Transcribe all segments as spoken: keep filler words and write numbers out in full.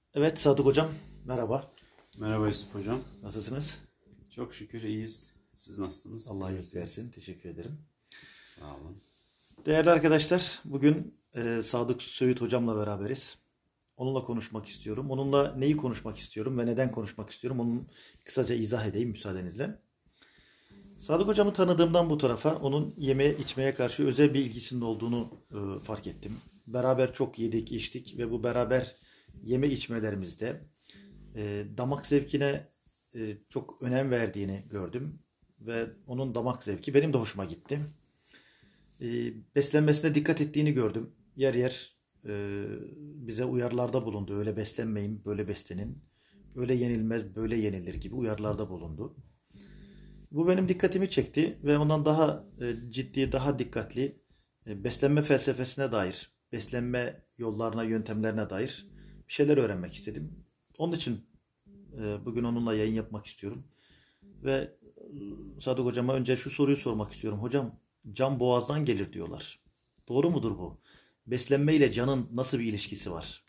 Evet Sadık Hocam, merhaba. Merhaba Yusuf Hocam. Nasılsınız? Çok şükür iyiyiz. Siz nasılsınız? Allah İyi iyilik misiniz? versin. Teşekkür ederim. Sağ olun. Değerli arkadaşlar, bugün e, Sadık Söğüt Hocam'la beraberiz. Onunla konuşmak istiyorum. Onunla neyi konuşmak istiyorum ve neden konuşmak istiyorum? Onun kısaca izah edeyim müsaadenizle. Sadık Hocam'ı tanıdığımdan bu tarafa onun yeme içmeye karşı özel bir ilgisinin olduğunu e, fark ettim. Beraber çok yedik, içtik ve bu beraber yeme içmelerimizde e, damak zevkine e, çok önem verdiğini gördüm. Ve onun damak zevki benim de hoşuma gitti. E, beslenmesine dikkat ettiğini gördüm. Yer yer e, bize uyarılarda bulundu. Öyle beslenmeyin, böyle beslenin. Öyle yenilmez, böyle yenilir gibi uyarılarda bulundu. Bu benim dikkatimi çekti ve ondan daha e, ciddi, daha dikkatli e, beslenme felsefesine dair, beslenme yollarına, yöntemlerine dair bir şeyler öğrenmek istedim. Onun için e, bugün onunla yayın yapmak istiyorum. Ve e, Sadık Hocam'a önce şu soruyu sormak istiyorum. Hocam, can boğazdan gelir diyorlar. Doğru mudur bu? Beslenme ile canın nasıl bir ilişkisi var?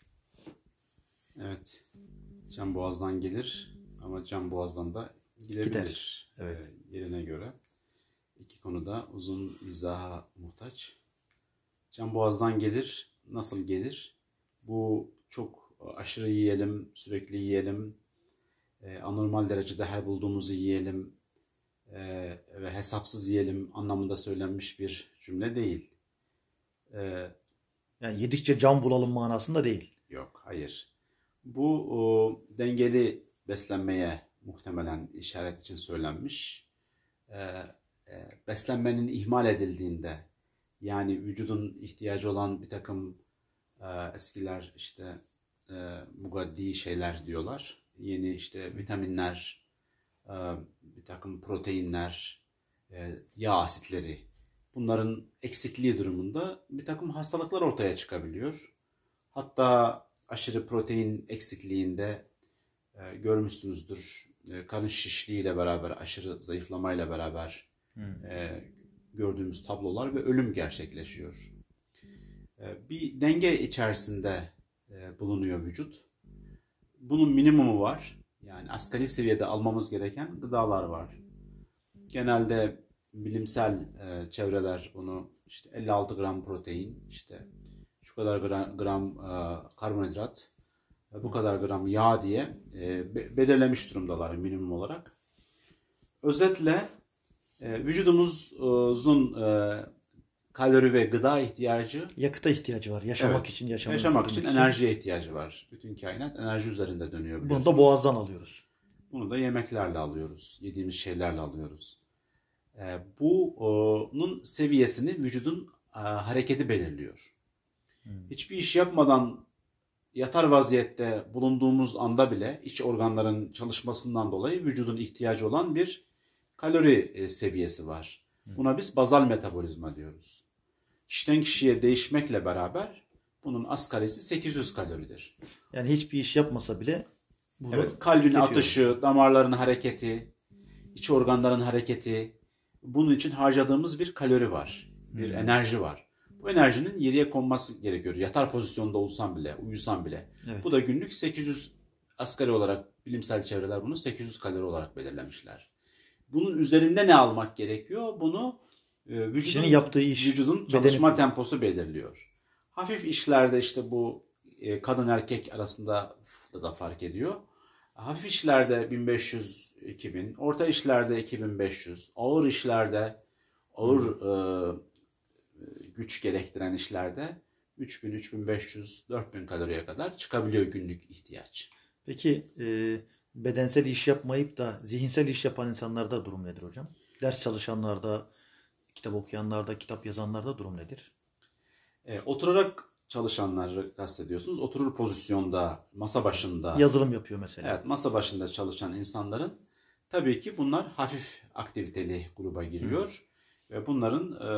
Evet. Can boğazdan gelir ama can boğazdan da Gider. gidebilir Evet. e, yerine göre. İki konuda uzun izaha muhtaç. Can boğazdan gelir. Nasıl gelir? Bu çok aşırı yiyelim, sürekli yiyelim, e, anormal derecede her bulduğumuzu yiyelim e, ve hesapsız yiyelim anlamında söylenmiş bir cümle değil. E, Yani yedikçe can bulalım manasında değil. Yok, hayır. Bu o, dengeli beslenmeye muhtemelen işaret için söylenmiş. Ee, e, beslenmenin ihmal edildiğinde, yani vücudun ihtiyacı olan bir takım e, eskiler işte e, mugaddi şeyler diyorlar. Yeni işte vitaminler, e, bir takım proteinler, e, yağ asitleri. Bunların eksikliği durumunda bir takım hastalıklar ortaya çıkabiliyor. Hatta aşırı protein eksikliğinde e, görmüşsünüzdür. E, karın şişliğiyle beraber, aşırı zayıflamayla beraber Hmm. e, gördüğümüz tablolar ve ölüm gerçekleşiyor. E, bir denge içerisinde e, bulunuyor vücut. Bunun minimumu var. Yani asgari seviyede almamız gereken gıdalar var. Genelde bilimsel e, çevreler bunu işte elli altı gram protein, işte şu kadar gram, gram e, karbonhidrat, bu kadar gram yağ diye e, belirlemiş durumdalar minimum olarak. Özetle e, vücudumuzun e, kalori ve gıda ihtiyacı, Yakıta ihtiyacı var. Yaşamak evet, için, yaşamını yaşamak için sürdürmek için. enerjiye ihtiyacı var. Bütün kainat enerji üzerinde dönüyor Bunu da biliyorsunuz. boğazdan alıyoruz. Bunu da yemeklerle alıyoruz, yediğimiz şeylerle alıyoruz. E, bunun seviyesini vücudun e, hareketi belirliyor. Hmm. Hiçbir iş yapmadan yatar vaziyette bulunduğumuz anda bile iç organların çalışmasından dolayı vücudun ihtiyacı olan bir kalori seviyesi var. Buna biz bazal metabolizma diyoruz. Kişiden kişiye değişmekle beraber bunun asgarisi sekiz yüz kaloridir. Yani hiçbir iş yapmasa bile bunu Evet, kalbin tüketiyor. atışı, damarların hareketi, iç organların hareketi, bunun için harcadığımız bir kalori var, bir hmm. enerji var. Bu enerjinin yeriye konması gerekiyor. Yatar pozisyonda olsam bile, uyusam bile. Evet. Bu da günlük sekiz yüz asgari olarak, bilimsel çevreler bunu sekiz yüz kalori olarak belirlemişler. Bunun üzerinde ne almak gerekiyor? Bunu e, vücudun, yaptığı iş, vücudun çalışma bedeni temposu belirliyor. Hafif işlerde işte bu e, kadın erkek arasında da, da fark ediyor. Hafif işlerde bin beş yüz iki bin, orta işlerde iki bin beş yüz, ağır işlerde, ağır hmm. e, güç gerektiren işlerde üç bin, üç bin beş yüz, dört bin kaloriye kadar çıkabiliyor günlük ihtiyaç. Peki e, bedensel iş yapmayıp da zihinsel iş yapan insanlarda durum nedir hocam? Ders çalışanlarda, kitap okuyanlarda, kitap yazanlarda durum nedir? E, oturarak çalışanları kastediyorsunuz. Oturur pozisyonda, masa başında. Yazılım yapıyor mesela. Evet, masa başında çalışan insanların tabii ki bunlar hafif aktiviteli gruba giriyor. Hı. Ve bunların e,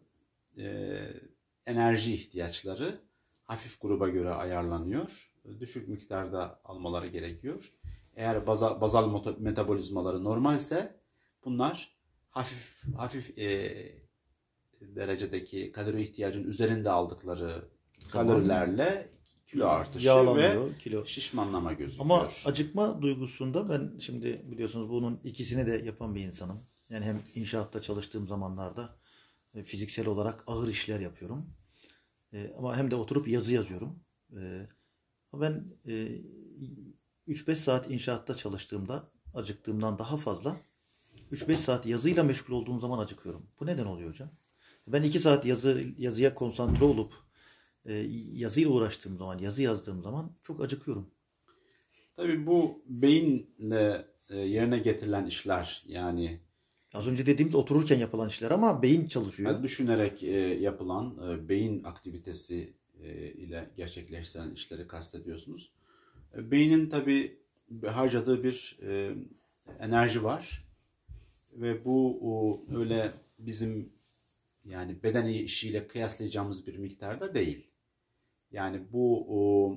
e, enerji ihtiyaçları hafif gruba göre ayarlanıyor. Düşük miktarda almaları gerekiyor. Eğer bazal, bazal metabolizmaları normalse bunlar hafif hafif e, derecedeki kalori ihtiyacının üzerinde aldıkları kalorilerle kilo artışı yağlanıyor, ve kilo. şişmanlama gözüküyor. Ama acıkma duygusunda ben şimdi biliyorsunuz bunun ikisini de yapan bir insanım. Yani hem inşaatta çalıştığım zamanlarda e, fiziksel olarak ağır işler yapıyorum. E, ama hem de oturup yazı yazıyorum. E, ben e, üç beş saat inşaatta çalıştığımda acıktığımdan daha fazla üç beş saat yazıyla meşgul olduğum zaman acıkıyorum. Bu neden oluyor hocam? Ben iki saat yazı yazıya konsantre olup e, yazıyla uğraştığım zaman, yazı yazdığım zaman çok acıkıyorum. Tabii bu beyinle e, yerine getirilen işler, yani Az önce dediğimiz otururken yapılan işler ama beyin çalışıyor. yani düşünerek e, yapılan e, beyin aktivitesi e, ile gerçekleştirilen işleri kastediyorsunuz. E, beynin tabii harcadığı bir e, enerji var ve bu o, öyle bizim yani beden işiyle kıyaslayacağımız bir miktarda değil. Yani bu o,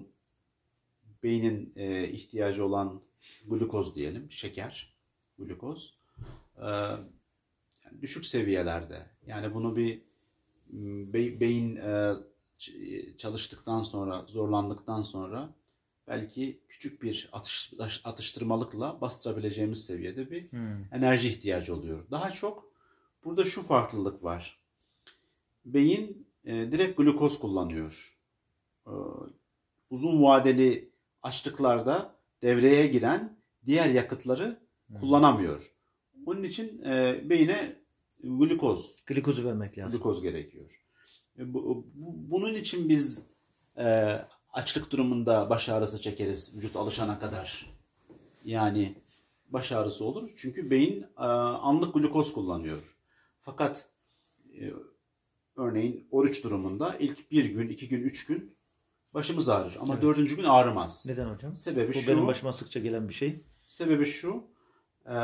beynin e, ihtiyacı olan glukoz diyelim, şeker, glukoz e, yani düşük seviyelerde. Yani bunu bir be, beyin e, çalıştıktan sonra, zorlandıktan sonra belki küçük bir atış, atıştırmalıkla bastırabileceğimiz seviyede bir hmm. enerji ihtiyacı oluyor. Daha çok burada şu farklılık var. Beyin e, direkt glukoz kullanıyor. E, uzun vadeli açlıklarda devreye giren diğer yakıtları hmm. kullanamıyor. Onun için e, beyine glukoz, glikozu vermek lazım. Glukoz gerekiyor. E, bu, bu, bunun için biz e, açlık durumunda baş ağrısı çekeriz vücut alışana kadar. Yani baş ağrısı olur. Çünkü beyin e, anlık glukoz kullanıyor. Fakat e, örneğin oruç durumunda ilk bir gün, iki gün, üç gün başımız ağrır. Ama evet. dördüncü gün ağrımaz. Neden hocam? Sebebi Bu şu. benim başıma sıkça gelen bir şey. Sebebi şu. E,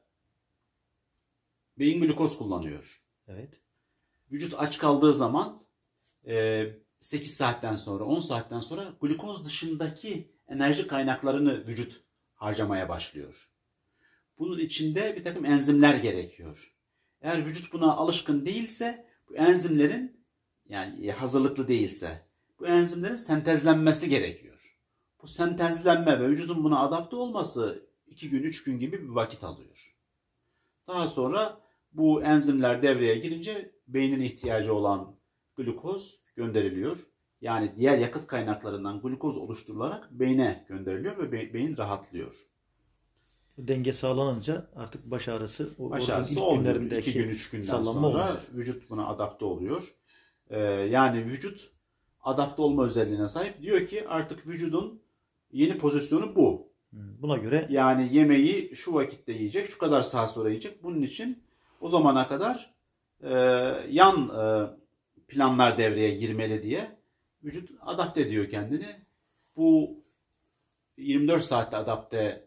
beyin glukoz kullanıyor. Evet. Vücut aç kaldığı zaman e, sekiz saatten sonra, on saatten sonra glukoz dışındaki enerji kaynaklarını vücut harcamaya başlıyor. Bunun içinde bir takım enzimler gerekiyor. Eğer vücut buna alışkın değilse, bu enzimlerin yani hazırlıklı değilse, bu enzimlerin sentezlenmesi gerekiyor. Bu sentezlenme ve vücudun buna adapte olması iki gün, üç gün gibi bir vakit alıyor. Daha sonra bu enzimler devreye girince beynin ihtiyacı olan glukoz gönderiliyor. Yani diğer yakıt kaynaklarından glukoz oluşturularak beyne gönderiliyor ve be- beyin rahatlıyor. Denge sağlanınca artık baş ağrısı, o baş orucun ağrısı ilk olmuyor. günlerindeki İki gün, üç günden sonra olmuyor. Vücut buna adapte oluyor. Ee, yani vücut adapte olma özelliğine sahip. Diyor ki artık vücudun yeni pozisyonu bu. Buna göre yani yemeği şu vakitte yiyecek, şu kadar saat sonra yiyecek. Bunun için o zamana kadar e, yan e, planlar devreye girmeli diye vücut adapte ediyor kendini. Bu yirmi dört saatte adapte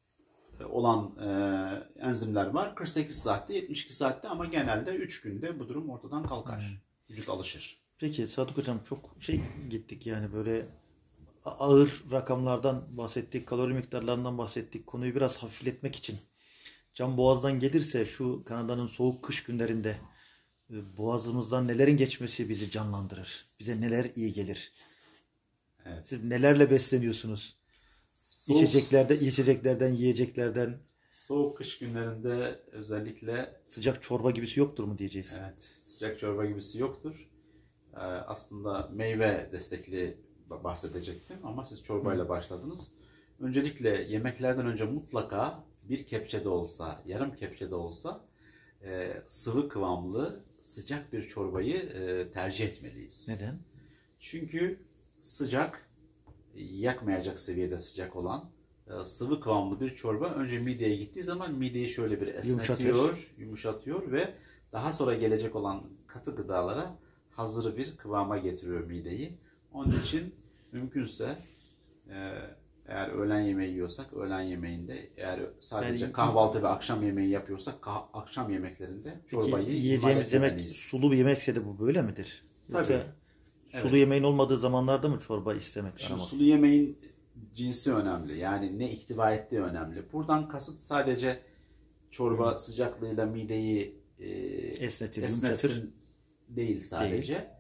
olan e, enzimler var. kırk sekiz saatte, yetmiş iki saatte ama genelde üç günde bu durum ortadan kalkar. Hmm. Vücut alışır. Peki Sadık Hocam çok şey gittik yani böyle ağır rakamlardan bahsettik, kalori miktarlarından bahsettik. Konuyu biraz hafifletmek için can boğazdan gelirse şu Kanada'nın soğuk kış günlerinde boğazımızdan nelerin geçmesi bizi canlandırır? Bize neler iyi gelir? Evet. Siz nelerle besleniyorsunuz? Soğuk, İçeceklerde, içeceklerden, yiyeceklerden. Soğuk kış günlerinde özellikle sıcak çorba gibisi yoktur mu diyeceğiz? Evet, sıcak çorba gibisi yoktur. Ee, aslında meyve destekli bahsedecektim ama siz çorbayla Hı. başladınız. Öncelikle yemeklerden önce mutlaka bir kepçe de olsa, yarım kepçe de olsa e, sıvı kıvamlı sıcak bir çorbayı e, tercih etmeliyiz. Neden? Çünkü sıcak, yakmayacak seviyede sıcak olan e, sıvı kıvamlı bir çorba önce mideye gittiği zaman mideyi şöyle bir esnetiyor, Yumuşatır. yumuşatıyor ve daha sonra gelecek olan katı gıdalara hazır bir kıvama getiriyor mideyi. Onun için mümkünse e, eğer öğlen yemeği yiyorsak öğlen yemeğinde, eğer sadece yani, kahvaltı ve akşam yemeği yapıyorsak kah- akşam yemeklerinde çorbayı yiyeceğimiz yemek sulu bir yemekse de bu böyle midir? Tabii. Yoksa sulu evet. yemeğin olmadığı zamanlarda mı çorba istemek? Şimdi aramak? Sulu yemeğin cinsi önemli. Yani ne ihtiva ettiği önemli. Buradan kasıt sadece çorba hmm. sıcaklığıyla mideyi e, esnetir, esnetsin değil sadece. Değil.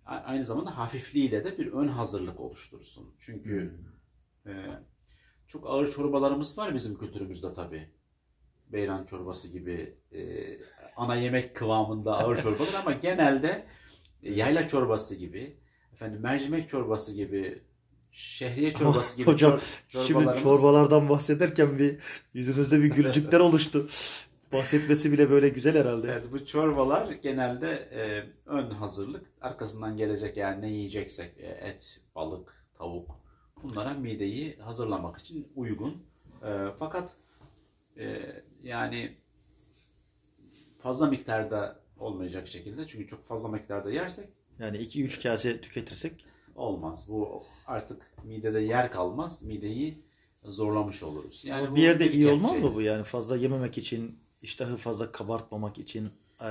aynı zamanda hafifliğiyle de bir ön hazırlık oluştursun. Çünkü hmm. e, çok ağır çorbalarımız var bizim kültürümüzde tabii. Beyran çorbası gibi e, ana yemek kıvamında ağır çorbalar ama genelde e, yayla çorbası gibi, efendim mercimek çorbası gibi, şehriye çorbası gibi hocam, çor şimdi çorbalardan bahsederken bir yüzünüzde bir gülücükler oluştu. Bahsetmesi bile böyle güzel herhalde. Evet, bu çorbalar genelde e, ön hazırlık, arkasından gelecek yani ne yiyeceksek e, et, balık, tavuk, bunlara mideyi hazırlamak için uygun. E, fakat e, yani fazla miktarda olmayacak şekilde, çünkü çok fazla miktarda yersek yani iki üç kase tüketirsek olmaz. Bu artık midede yer kalmaz. Mideyi zorlamış oluruz. Yani bir yerde iyi olmaz şey. mı bu yani? Fazla yememek için, iştahı fazla kabartmamak için,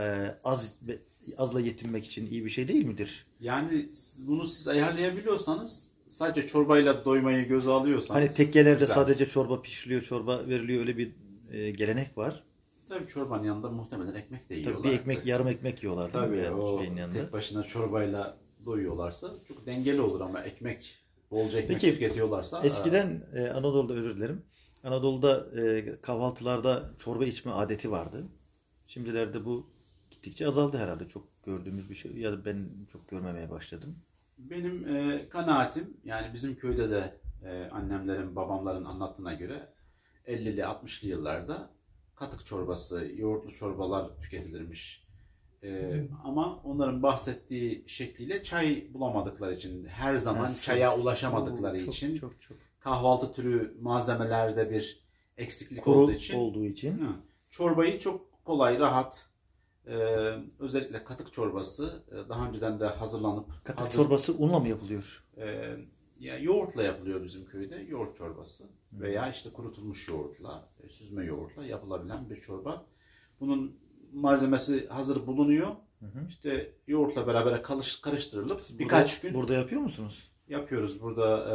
az azla yetinmek için iyi bir şey değil midir? Yani bunu siz ayarlayabiliyorsanız, sadece çorbayla doymayı göze alıyorsanız. Hani tekkelerde güzel. sadece çorba pişiriliyor, çorba veriliyor, öyle bir e, gelenek var. Tabii çorbanın yanında muhtemelen ekmek de yiyorlar. Tabii bir ekmek, yarım ekmek yiyorlar değil Tabii mi? Yani o şeyin yanında. tek başına çorbayla doyuyorlarsa çok dengeli olur, ama ekmek, bolca ekmek Peki, tüketiyorlarsa. Eskiden e, Anadolu'da, özür dilerim, Anadolu'da e, kahvaltılarda çorba içme adeti vardı. Şimdilerde bu gittikçe azaldı herhalde. Çok gördüğümüz bir şey, ya da ben çok görmemeye başladım. Benim e, kanaatim, yani bizim köyde de e, annemlerin, babamların anlattığına göre ellili altmışlı yıllarda katık çorbası, yoğurtlu çorbalar tüketilirmiş. E, ama onların bahsettiği şekliyle çay bulamadıkları için, her zaman Nasıl? çaya ulaşamadıkları Oo, çok, için, çok, çok. kahvaltı türü malzemelerde bir eksiklik Kuru olduğu için, olduğu için. Hı, çorbayı çok kolay, rahat, e, özellikle katık çorbası e, daha önceden de hazırlanıp Katık hazır, çorbası unla mı yapılıyor? e, ya yoğurtla yapılıyor bizim köyde, yoğurt çorbası veya işte kurutulmuş yoğurtla, e, süzme yoğurtla yapılabilen bir çorba. Bunun malzemesi hazır bulunuyor. Hı hı. İşte yoğurtla beraber karıştırılıp Siz birkaç burada, gün burada yapıyor musunuz? yapıyoruz. Burada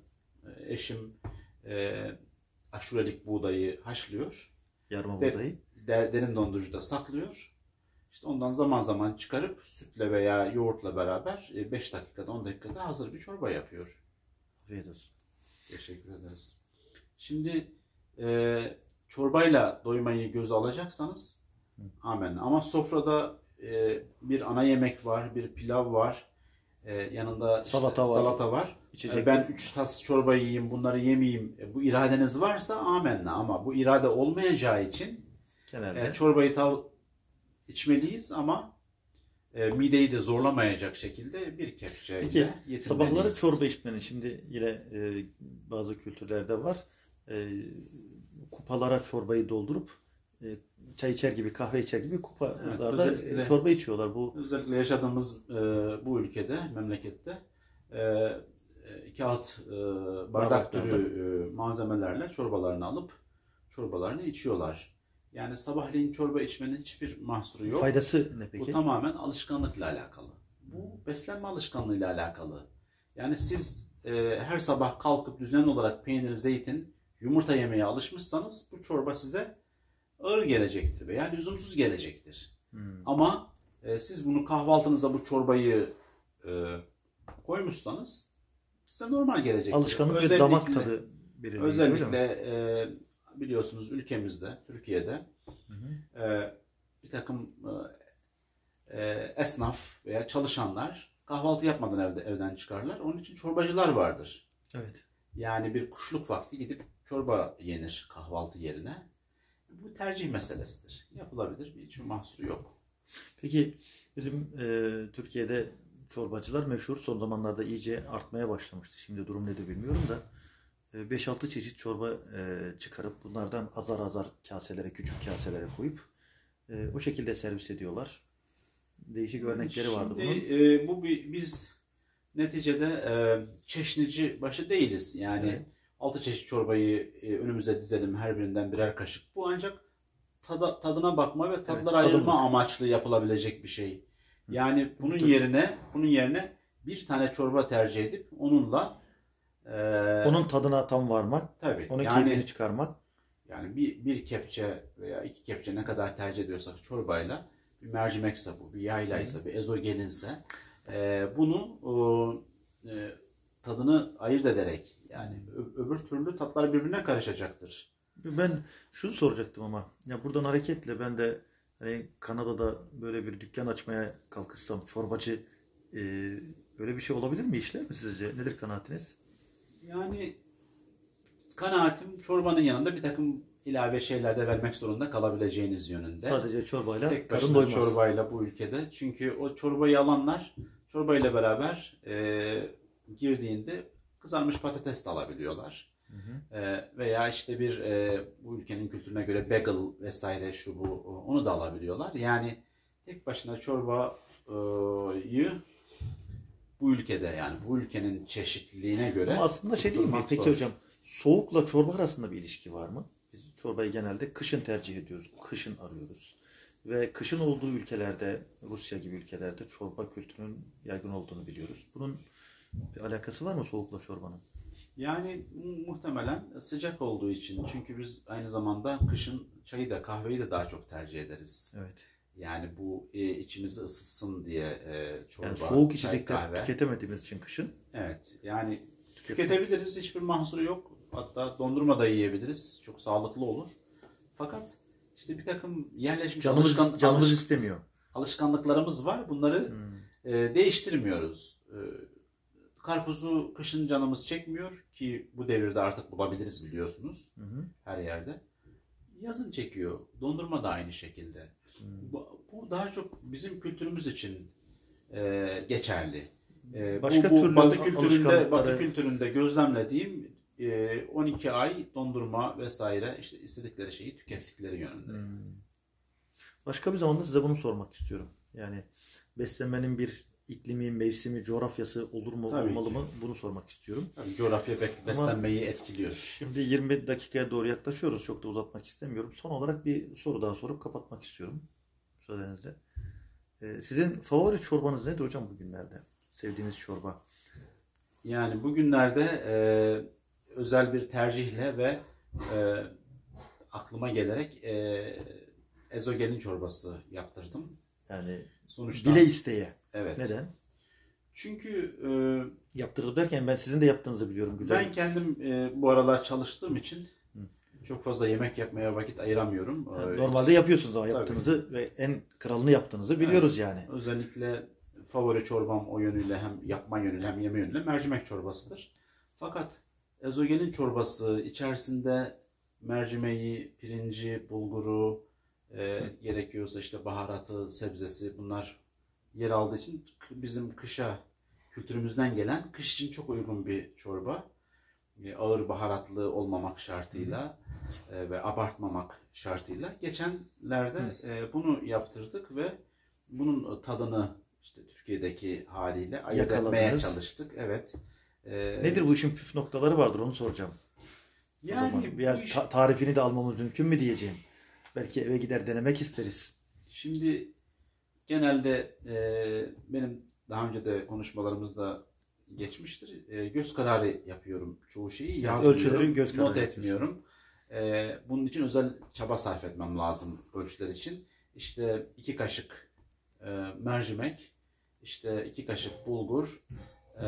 e, eşim e, aşurelik buğdayı haşlıyor. Yarma De, buğdayı. de, derin dondurucuda saklıyor. İşte ondan zaman zaman çıkarıp sütle veya yoğurtla beraber beş dakikada, on dakikada hazır bir çorba yapıyor. Afiyet olsun. Teşekkür ederiz. Şimdi e, çorbayla doymayı göze alacaksanız Hı. amen. Ama sofrada e, bir ana yemek var, bir pilav var, e, yanında salata işte, var. Salata var. İçecek. Ben üç tas çorba yiyeyim, bunları yemeyeyim. E, bu iradeniz varsa amenna. Ama bu irade olmayacağı için e, çorbayı tav içmeliyiz, ama e, mideyi de zorlamayacak şekilde bir kepçeyle yetinmeliyiz. Peki sabahları çorba içmenin, şimdi yine e, bazı kültürlerde var. E, kupalara çorbayı doldurup e, çay içer gibi, kahve içer gibi kupalarda evet, çorba içiyorlar. Bu özellikle yaşadığımız e, bu ülkede, memlekette e, kağıt e, bardak türü e, malzemelerle çorbalarını alıp çorbalarını içiyorlar. Yani sabahleyin çorba içmenin hiçbir mahsuru yok. Faydası ne peki? Bu tamamen alışkanlıkla alakalı. Bu beslenme alışkanlığıyla alakalı. Yani siz e, her sabah kalkıp düzenli olarak peynir, zeytin, yumurta yemeye alışmışsanız bu çorba size ağır gelecektir veya lüzumsuz gelecektir. Hmm. Ama e, siz bunu kahvaltınıza bu çorbayı e, koymuşsanız size normal gelecektir. Alışkanlık özellikle, ve damak tadı belirleyici. Özellikle e, biliyorsunuz ülkemizde, Türkiye'de hı hı. E, bir takım e, e, esnaf veya çalışanlar kahvaltı yapmadan evde, evden çıkarlar. Onun için çorbacılar vardır. Evet. Yani bir kuşluk vakti gidip çorba yenir kahvaltı yerine. Bu tercih meselesidir. Yapılabilir. Hiçbir mahsuru yok. Peki bizim e, Türkiye'de çorbacılar meşhur. Son zamanlarda iyice artmaya başlamıştı. Şimdi durum nedir bilmiyorum da. beş altı çeşit çorba e, çıkarıp bunlardan azar azar kaselere, küçük kaselere koyup e, o şekilde servis ediyorlar. Değişik örnekleri Şimdi, vardı bunun. E, bu bir, biz neticede e, çeşnici başı değiliz. Yani evet. altı çeşit çorbayı e, önümüze dizelim, her birinden birer kaşık. Bu ancak tada, tadına bakma ve tadlar evet, ayırma amaçlı yapılabilecek bir şey. Yani bunun Tabii. yerine bunun yerine bir tane çorba tercih edip onunla Ee, onun tadına tam varmak, tabii, onun yani, keyfini çıkarmak. Yani bir, bir kepçe veya iki kepçe ne kadar tercih ediyorsak çorbayla, bir mercimekse bu, bir yaylaysa, bir ezogelinse E, bunu o, e, tadını ayırt ederek, yani ö- öbür türlü tatlar birbirine karışacaktır. Ben şunu soracaktım ama ya buradan hareketle ben de hani Kanada'da böyle bir dükkan açmaya kalkışsam çorbacı e, böyle bir şey olabilir mi, işler mi sizce? Nedir kanaatiniz? Yani kanaatim, çorbanın yanında bir takım ilave şeyler de vermek zorunda kalabileceğiniz yönünde. Sadece çorbayla Tek karın başına doymaz. çorbayla bu ülkede. Çünkü o çorbayı alanlar çorbayla beraber e, girdiğinde kızarmış patates de alabiliyorlar. Hı hı. E, veya işte bir e, bu ülkenin kültürüne göre bagel vesaire şu bu onu da alabiliyorlar. Yani tek başına çorbayı bu ülkede, yani bu ülkenin çeşitliliğine göre Ama aslında şey değil mi? tutturmak Peki zor. hocam, soğukla çorba arasında bir ilişki var mı? Biz çorbayı genelde kışın tercih ediyoruz. Kışın arıyoruz. Ve kışın olduğu ülkelerde, Rusya gibi ülkelerde çorba kültürünün yaygın olduğunu biliyoruz. Bunun bir alakası var mı soğukla çorbanın? Yani muhtemelen sıcak olduğu için. Çünkü biz aynı zamanda kışın çayı da kahveyi de daha çok tercih ederiz. Evet. Yani bu e, içimizi ısıtsın diye e, çorba, Yani soğuk çay, içecekler kahve. tüketemediğimiz için kışın. Evet. Yani tüketebiliriz. Hiçbir mahsuru yok. Hatta dondurma da yiyebiliriz. Çok sağlıklı olur. Fakat işte bir takım yerleşmiş Canımız, alışkan, canımız alış- istemiyor. alışkanlıklarımız var. Bunları Hmm. e, değiştirmiyoruz. E, karpuzu kışın canımız çekmiyor ki bu devirde artık bulabiliriz biliyorsunuz. Hı hı. Her yerde. Yazın çekiyor. Dondurma da aynı şekilde. Hmm. Bu, bu daha çok bizim kültürümüz için e, geçerli. E, Başka bu, bu türlü Batı kültüründe, alışkanlıkları- Batı kültüründe gözlemlediğim e, on iki ay dondurma vesaire işte istedikleri şeyi tükettikleri yönünde. Hmm. Başka bir zamanda size bunu sormak istiyorum. Yani beslenmenin bir iklimi, mevsimi, coğrafyası olur mu, Tabii olmalı ki. mı? Bunu sormak istiyorum. Tabii coğrafya bek- beslenmeyi etkiliyor. Şimdi yirmi dakikaya doğru yaklaşıyoruz. Çok da uzatmak istemiyorum. Son olarak bir soru daha sorup kapatmak istiyorum. Müsaadenizle. Ee, sizin favori çorbanız nedir hocam bugünlerde? Sevdiğiniz çorba. Yani bugünlerde e, özel bir tercihle ve e, aklıma gelerek e, ezogelin çorbası yaptırdım. Yani Sonuçta bile isteye. evet. Neden? Çünkü e, Yaptırdım derken ben sizin de yaptığınızı biliyorum. Güzel. ben kendim e, bu aralar çalıştığım için çok fazla yemek yapmaya vakit ayıramıyorum. Yani E, normalde yapıyorsunuz ama Tabii. yaptığınızı ve en kralını yaptığınızı biliyoruz yani. Özellikle favori çorbam o yönüyle, hem yapma yönüyle hem yeme yönüyle mercimek çorbasıdır. Fakat ezogelin çorbası içerisinde mercimeği, pirinci, bulguru, e, gerekiyorsa işte baharatı, sebzesi bunlar yer aldığı için bizim kışa kültürümüzden gelen, kış için çok uygun bir çorba. E, ağır baharatlı olmamak şartıyla e, ve abartmamak şartıyla. Geçenlerde e, bunu yaptırdık ve bunun tadını işte Türkiye'deki haliyle ayırt etmeye Yakaladınız. çalıştık. Evet. E, Nedir bu işin püf noktaları vardır onu soracağım. O Yani zaman bu bir iş- ta- tarifini de almamız mümkün mü diyeceğim. Belki eve gider denemek isteriz. Şimdi genelde e, benim daha önce de konuşmalarımızda geçmiştir. E, göz kararı yapıyorum çoğu şeyi. Yani Yazmıyorum, ölçüleri göz kararı not yapıyorsun. etmiyorum. E, bunun için özel çaba sarf etmem lazım ölçüler için. İşte iki kaşık e, mercimek, işte iki kaşık bulgur, e,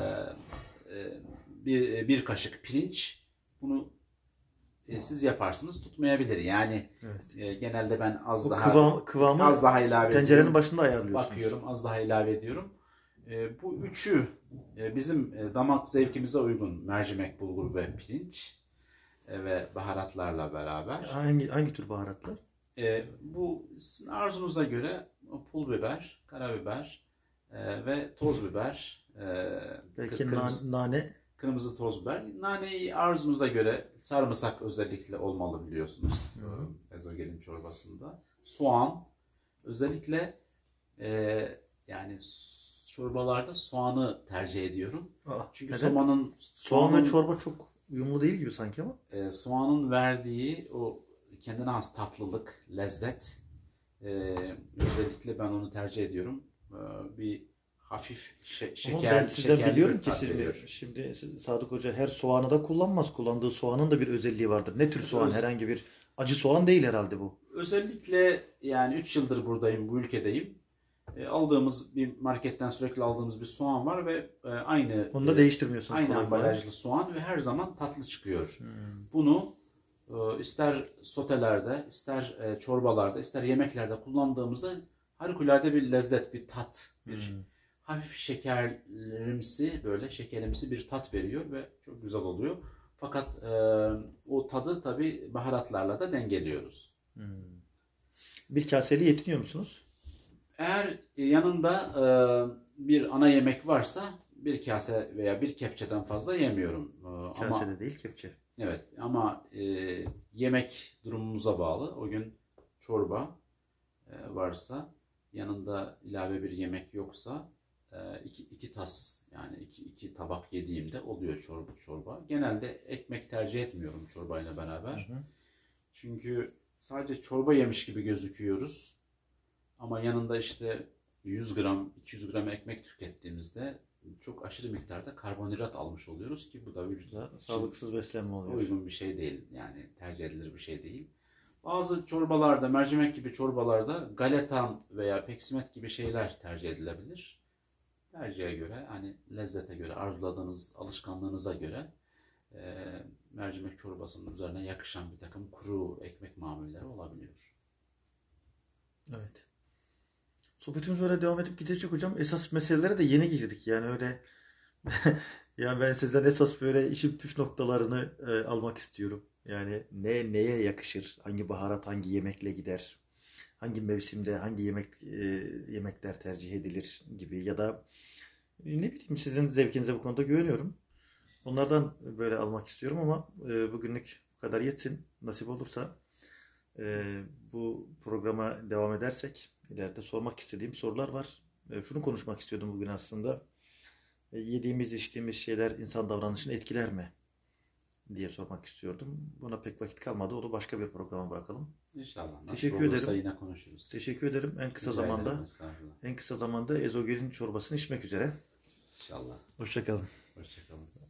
e, bir, bir kaşık pirinç. Bunu e, siz yaparsınız, tutmayabilir. Yani Evet. e, genelde ben az O daha kıvam, kıvamı az daha ilave tencerenin ediyorum. başında ayarlıyorsunuz. Bakıyorum, az daha ilave ediyorum. E, bu üçü e, bizim e, damak zevkimize uygun. Mercimek, bulgur ve pirinç e, ve baharatlarla beraber. Hangi hangi tür baharatlar? E, bu sizin arzunuza göre pul biber, karabiber e, ve toz biber. E, Belki kırmızı, na- nane. kırmızı toz biber. Naneyi arzunuza göre, sarımsak özellikle olmalı biliyorsunuz. Hı. Ezogelin çorbasında. Soğan. Özellikle e, yani s- çorbalarda soğanı tercih ediyorum. Aa, Çünkü neden? soğanın Soğan ve soğanın, çorba çok uyumlu değil gibi sanki ama. e, soğanın verdiği o kendine has tatlılık, lezzet. e, özellikle ben onu tercih ediyorum. E, bir hafif şe- Ama şeker, ben sizden şekerli biliyorum bir ki tat şimdi, veriyor. şimdi Sadık Hoca her soğanı da kullanmaz. Kullandığı soğanın da bir özelliği vardır. Ne tür soğan? Öz- Herhangi bir acı soğan değil herhalde bu. Özellikle yani üç yıldır buradayım, bu ülkedeyim. E, aldığımız bir marketten sürekli aldığımız bir soğan var ve e, aynı Onu da e, değiştirmiyorsunuz aynı kolay kolay. ambalajlı soğan ve her zaman tatlı çıkıyor. Hmm. Bunu e, ister sotelerde, ister e, çorbalarda, ister yemeklerde kullandığımızda harikulade bir lezzet, bir tat, bir Hmm. hafif şekerimsi, böyle şekerimsi bir tat veriyor ve çok güzel oluyor. Fakat e, o tadı tabii baharatlarla da dengeliyoruz. Hmm. Bir kaseyle yetiniyor musunuz? Eğer yanında e, bir ana yemek varsa bir kase veya bir kepçeden fazla yemiyorum. E, Kasede ama değil, kepçe. evet, ama e, yemek durumumuza bağlı. O gün çorba e, varsa, yanında ilave bir yemek yoksa e, iki, iki tas, yani iki, iki tabak yediğimde oluyor çorba, çorba. Genelde ekmek tercih etmiyorum çorbayla beraber. Hı hı. Çünkü sadece çorba yemiş gibi gözüküyoruz. Ama yanında işte yüz gram, iki yüz gram ekmek tükettiğimizde çok aşırı miktarda karbonhidrat almış oluyoruz ki bu da vücuda Da sağlıksız beslenme oluyor. uygun bir şey değil. Yani tercih edilir bir şey değil. Bazı çorbalarda, mercimek gibi çorbalarda galetan veya peksimet gibi şeyler tercih edilebilir. Tercihe göre, hani lezzete göre, arzuladığınız alışkanlığınıza göre e, mercimek çorbasının üzerine yakışan bir takım kuru ekmek mamulleri olabiliyor. Evet. Sohbetimiz böyle devam edip gidecek hocam. Esas meselelere de yeni girdik. Yani öyle yani ben sizden esas böyle işin püf noktalarını e, almak istiyorum. Yani ne neye yakışır? Hangi baharat hangi yemekle gider? Hangi mevsimde hangi yemek e, yemekler tercih edilir gibi ya da e, ne bileyim sizin zevkinize bu konuda güveniyorum. Onlardan böyle almak istiyorum ama e, bugünlük bu kadar yetsin. Nasip olursa e, bu programa devam edersek ileride sormak istediğim sorular var. E, şunu konuşmak istiyordum bugün aslında. E, yediğimiz içtiğimiz şeyler insan davranışını etkiler mi diye sormak istiyordum. Buna pek vakit kalmadı. Onu başka bir programa bırakalım. İnşallah. Nasip Teşekkür olursa ederim. yine konuşuruz. Teşekkür ederim. En kısa Rica ederim, zamanda estağfurullah. en kısa zamanda ezogelin çorbasını içmek üzere. İnşallah. Hoşça kalın. Hoşçakalın.